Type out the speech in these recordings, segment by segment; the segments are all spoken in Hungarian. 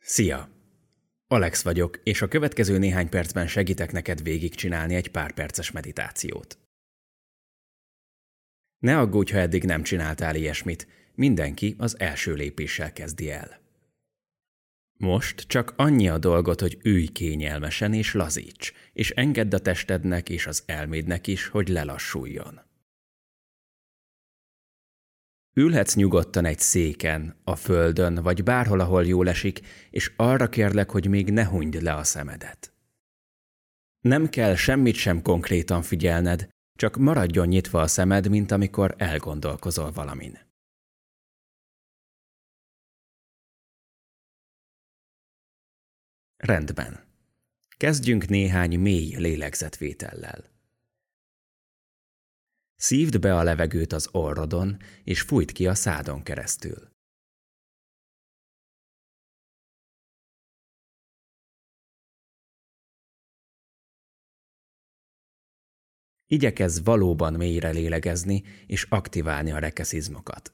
Szia! Alex vagyok, és a következő néhány percben segítek neked végigcsinálni egy pár perces meditációt. Ne aggódj, ha eddig nem csináltál ilyesmit, mindenki az első lépéssel kezdi el. Most csak annyi a dolgot, hogy ülj kényelmesen és lazíts, és engedd a testednek és az elmédnek is, hogy lelassuljon. Ülhetsz nyugodtan egy széken, a földön, vagy bárhol, ahol jól esik, és arra kérlek, hogy még ne hunyd le a szemedet. Nem kell semmit sem konkrétan figyelned, csak maradjon nyitva a szemed, mint amikor elgondolkozol valamin. Rendben. Kezdjünk néhány mély lélegzetvétellel. Szívd be a levegőt az orrodon, és fújdd ki a szádon keresztül. Igyekezz valóban mélyre lélegezni, és aktiválni a rekeszizmokat.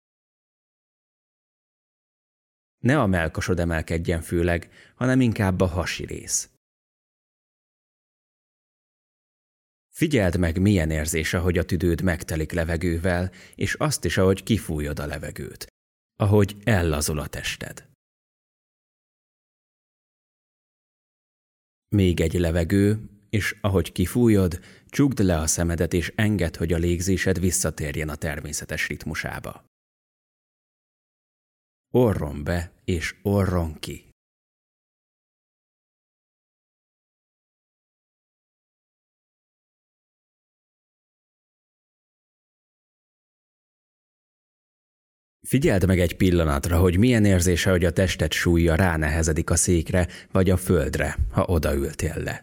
Ne a mellkasod emelkedjen főleg, hanem inkább a hasi rész. Figyeld meg, milyen érzés, ahogy a tüdőd megtelik levegővel, és azt is, ahogy kifújod a levegőt, ahogy ellazul a tested. Még egy levegő, és ahogy kifújod, csukd le a szemedet, és engedd, hogy a légzésed visszatérjen a természetes ritmusába. Orron be, és orron ki. Figyeld meg egy pillanatra, hogy milyen érzése, hogy a tested súlya ránehezedik a székre vagy a földre, ha odaültél le.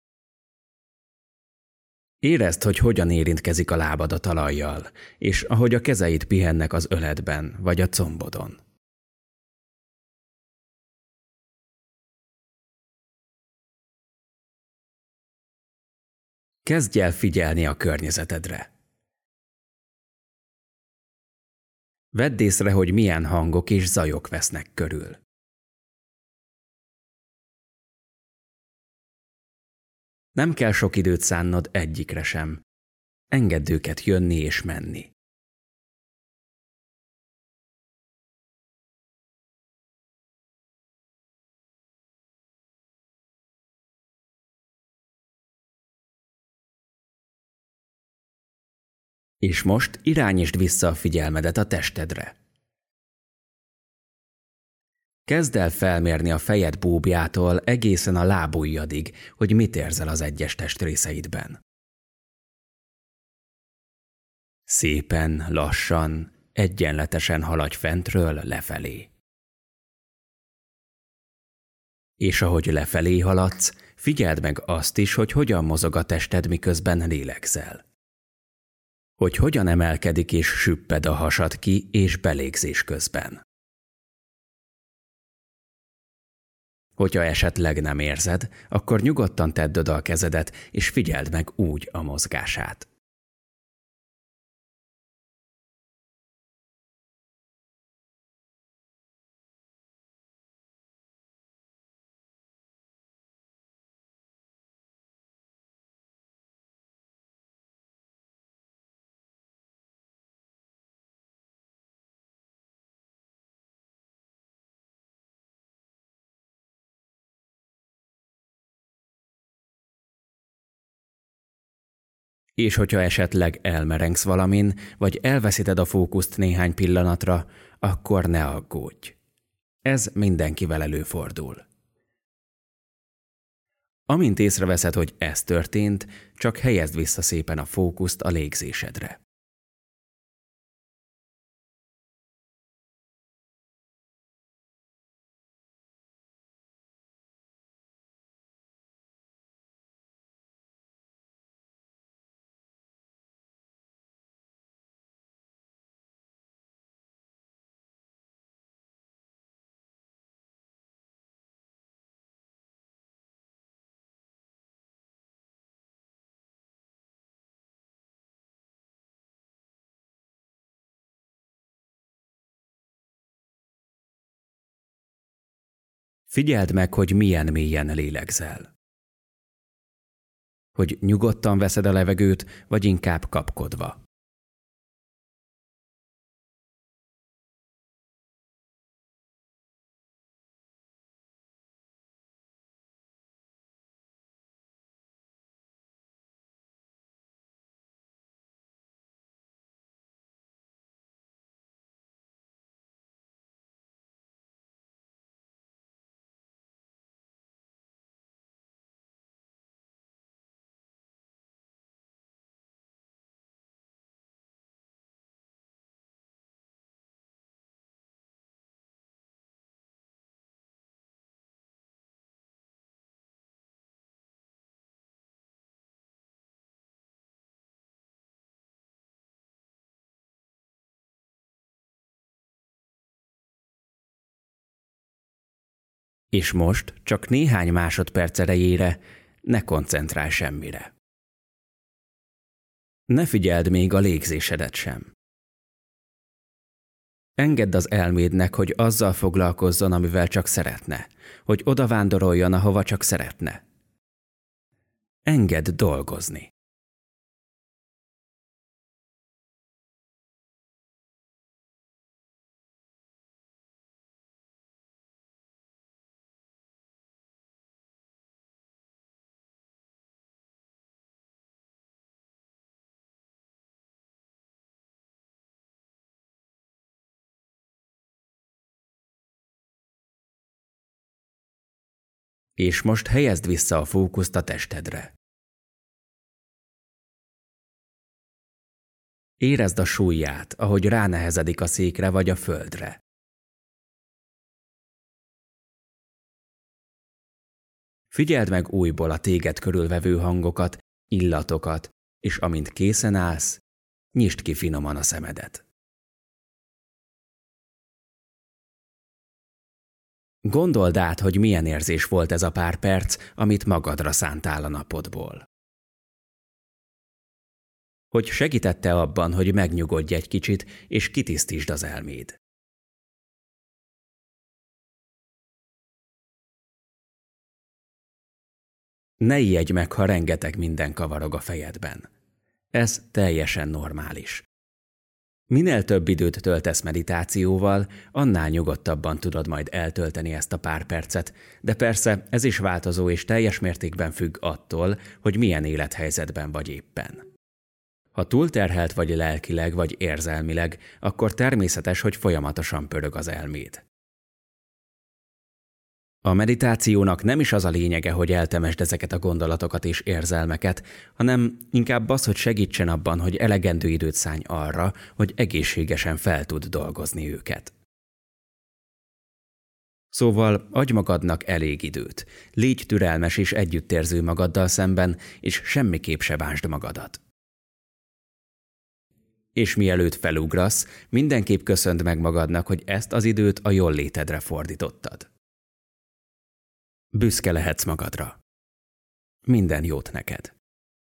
Érezd, hogy hogyan érintkezik a lábad a talajjal, és ahogy a kezeid pihennek az öledben vagy a combodon. Kezdj el figyelni a környezetedre. Vedd észre, hogy milyen hangok és zajok vesznek körül. Nem kell sok időt szánnod egyikre sem. Engedd őket jönni és menni. És most irányítsd vissza a figyelmedet a testedre. Kezd el felmérni a fejed búbjától egészen a lábujjadig, hogy mit érzel az egyes testrészeidben. Szépen, lassan, egyenletesen haladj fentről lefelé. És ahogy lefelé haladsz, figyeld meg azt is, hogy hogyan mozog a tested, miközben lélegzel. Hogy hogyan emelkedik és süpped a hasad ki és belégzés közben. Hogyha esetleg nem érzed, akkor nyugodtan tedd oda a kezedet, és figyeld meg úgy a mozgását. És hogyha esetleg elmerengsz valamin, vagy elveszíted a fókuszt néhány pillanatra, akkor ne aggódj. Ez mindenkivel előfordul. Amint észreveszed, hogy ez történt, csak helyezd vissza szépen a fókuszt a légzésedre. Figyeld meg, hogy milyen mélyen lélegzel. Hogy nyugodtan veszed a levegőt, vagy inkább kapkodva. És most csak néhány másodperc erejére ne koncentrálj semmire. Ne figyeld még a légzésedet sem. Engedd az elmédnek, hogy azzal foglalkozzon, amivel csak szeretne, hogy odavándoroljon, ahova csak szeretne. Engedd dolgozni. És most helyezd vissza a fókuszt a testedre. Érezd a súlyát, ahogy ránehezedik a székre vagy a földre. Figyeld meg újból a téged körülvevő hangokat, illatokat, és amint készen állsz, nyisd ki finoman a szemedet. Gondold át, hogy milyen érzés volt ez a pár perc, amit magadra szántál a napodból. Hogy segítette abban, hogy megnyugodj egy kicsit, és kitisztítsd az elméd. Ne ijedj meg, ha rengeteg minden kavarog a fejedben. Ez teljesen normális. Minél több időt töltesz meditációval, annál nyugodtabban tudod majd eltölteni ezt a pár percet, de persze ez is változó és teljes mértékben függ attól, hogy milyen élethelyzetben vagy éppen. Ha túlterhelt vagy lelkileg vagy érzelmileg, akkor természetes, hogy folyamatosan pörög az elméd. A meditációnak nem is az a lényege, hogy eltemesd ezeket a gondolatokat és érzelmeket, hanem inkább az, hogy segítsen abban, hogy elegendő időt szánj arra, hogy egészségesen fel tud dolgozni őket. Szóval adj magadnak elég időt, légy türelmes és együttérző magaddal szemben, és semmiképp se bánsd magadat. És mielőtt felugrasz, mindenképp köszönd meg magadnak, hogy ezt az időt a jól létedre fordítottad. Büszke lehetsz magadra. Minden jót neked!